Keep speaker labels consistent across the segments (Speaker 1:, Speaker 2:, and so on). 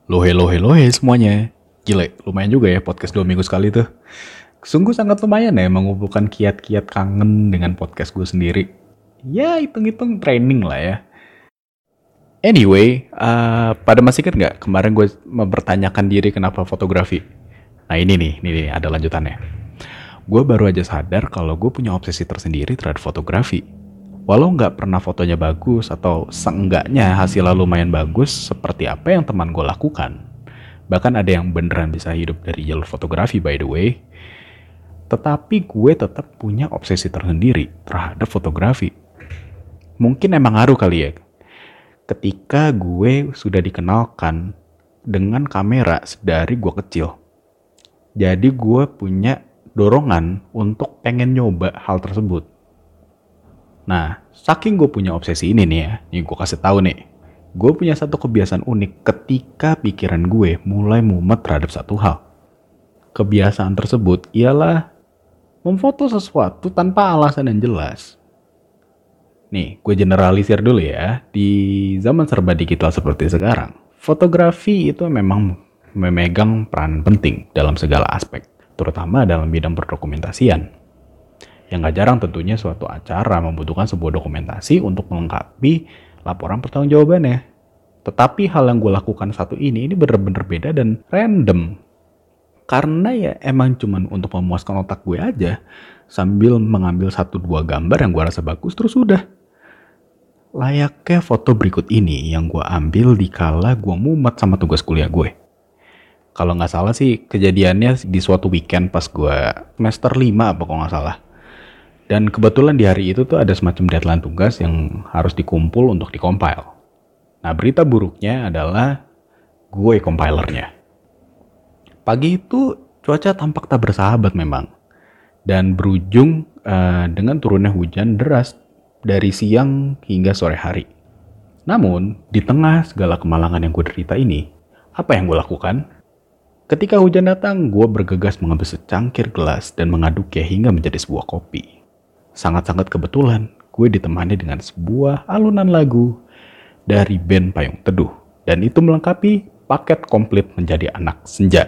Speaker 1: Lohe semuanya. Gile, lumayan juga ya podcast 2 minggu sekali tuh. Sungguh sangat lumayan ya mengumpulkan kiat-kiat kangen dengan podcast gue sendiri. Ya hitung-hitung training lah ya. Anyway, pada masih ingat nggak kemarin gue mempertanyakan diri kenapa fotografi? Nah ini nih ada lanjutannya. Gue baru aja sadar kalau gue punya obsesi tersendiri terhadap fotografi. Walau nggak pernah fotonya bagus atau seenggaknya hasilnya lumayan bagus seperti apa yang teman gue lakukan. Bahkan ada yang beneran bisa hidup dari jalur fotografi by the way. Tetapi gue tetap punya obsesi tersendiri terhadap fotografi. Mungkin emang ngaruh kali ya. Ketika gue sudah dikenalkan dengan kamera dari gue kecil. Jadi gue punya dorongan untuk pengen nyoba hal tersebut. Nah, saking gue punya obsesi ini nih ya, nih gue kasih tahu nih. Gue punya satu kebiasaan unik ketika pikiran gue mulai mumet terhadap satu hal. Kebiasaan tersebut ialah memfoto sesuatu tanpa alasan yang jelas. Nih, gue generalisir dulu ya. Di zaman serba digital seperti sekarang, fotografi itu memang memegang peran penting dalam segala aspek, terutama dalam bidang perdokumentasian. Yang gak jarang tentunya suatu acara membutuhkan sebuah dokumentasi untuk melengkapi laporan pertanggungjawabannya. Tetapi hal yang gue lakukan satu ini bener-bener beda dan random. Karena ya emang cuman untuk memuaskan otak gue aja, sambil mengambil 1-2 gambar yang gue rasa bagus terus udah. Layaknya foto berikut ini yang gue ambil di kala gue mumet sama tugas kuliah gue. Kalau gak salah sih kejadiannya di suatu weekend pas gue semester 5 apa kalau gak salah. Dan kebetulan di hari itu tuh ada semacam deadline tugas yang harus dikumpul untuk dikompil. Nah berita buruknya adalah gue compilernya. Pagi itu cuaca tampak tak bersahabat memang. Dan berujung dengan turunnya hujan deras dari siang hingga sore hari. Namun di tengah segala kemalangan yang gue derita ini, apa yang gue lakukan? Ketika hujan datang, gue bergegas mengambil secangkir gelas dan mengaduknya hingga menjadi sebuah kopi. Sangat-sangat kebetulan gue ditemani dengan sebuah alunan lagu dari band Payung Teduh. Dan itu melengkapi paket komplit menjadi anak senja.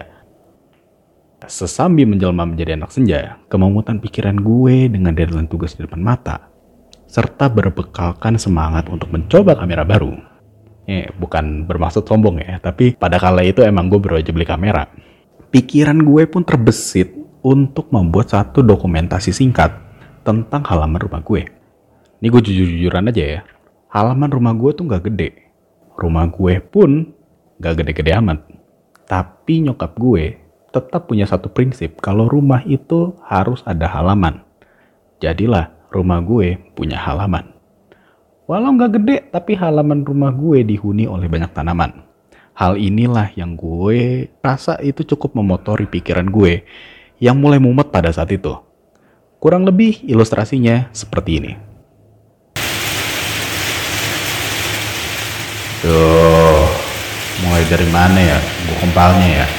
Speaker 1: Sesambil menjelma menjadi anak senja, kememutan pikiran gue dengan deadline tugas di depan mata, serta berbekalkan semangat untuk mencoba kamera baru. Bukan bermaksud sombong ya, tapi pada kala itu emang gue baru aja beli kamera. Pikiran gue pun terbesit untuk membuat satu dokumentasi singkat tentang halaman rumah gue. Ini gue jujur-jujuran aja ya. Halaman rumah gue tuh gak gede. Rumah gue pun gak gede-gede amat. Tapi nyokap gue tetap punya satu prinsip kalau rumah itu harus ada halaman. Jadilah rumah gue punya halaman. Walau gak gede, tapi halaman rumah gue dihuni oleh banyak tanaman. Hal inilah yang gue rasa itu cukup memotori pikiran gue yang mulai mumet pada saat itu. Kurang lebih ilustrasinya seperti ini. Tuh, mulai dari mana ya? Gue kempalnya ya.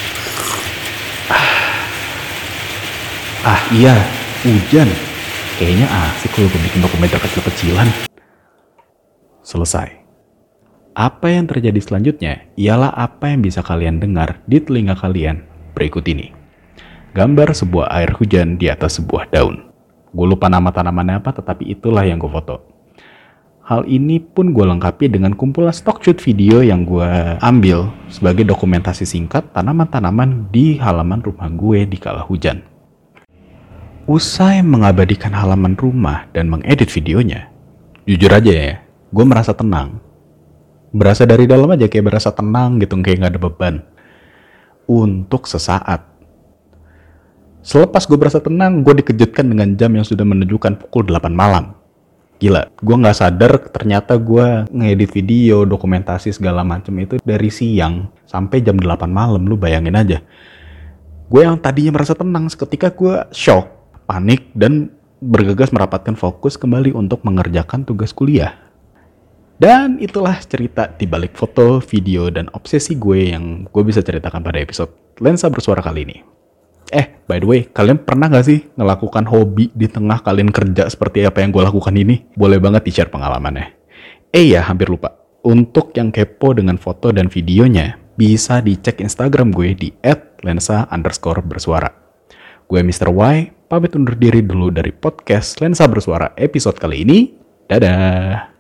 Speaker 1: Iya, hujan. Kayaknya asik kalau gue bikin dokumenter kecil-kecilan. Selesai. Apa yang terjadi selanjutnya ialah apa yang bisa kalian dengar di telinga kalian berikut ini. Gambar sebuah air hujan di atas sebuah daun. Gue lupa nama tanamannya apa, tetapi itulah yang gue foto. Hal ini pun gue lengkapi dengan kumpulan stock shoot video yang gue ambil sebagai dokumentasi singkat tanaman-tanaman di halaman rumah gue di kala hujan. Usai mengabadikan halaman rumah dan mengedit videonya, jujur aja ya, gue merasa tenang. Berasa dari dalam aja kayak berasa tenang gitu, kayak gak ada beban. Untuk sesaat. Selepas gue berasa tenang, gue dikejutkan dengan jam yang sudah menunjukkan pukul 8 malam. Gila, gue gak sadar ternyata gue ngedit video, dokumentasi segala macam itu dari siang sampai jam 8 malam, lu bayangin aja. Gue yang tadinya merasa tenang, seketika gue shock, panik, dan bergegas merapatkan fokus kembali untuk mengerjakan tugas kuliah. Dan itulah cerita di balik foto, video, dan obsesi gue yang gue bisa ceritakan pada episode Lensa Bersuara kali ini. By the way, kalian pernah gak sih ngelakukan hobi di tengah kalian kerja seperti apa yang gue lakukan ini? Boleh banget di-share pengalamannya. Ya, hampir lupa. Untuk yang kepo dengan foto dan videonya, bisa dicek Instagram gue di @lensa_bersuara. Gue Mr. Y, pamit undur diri dulu dari podcast Lensa Bersuara episode kali ini. Dadah!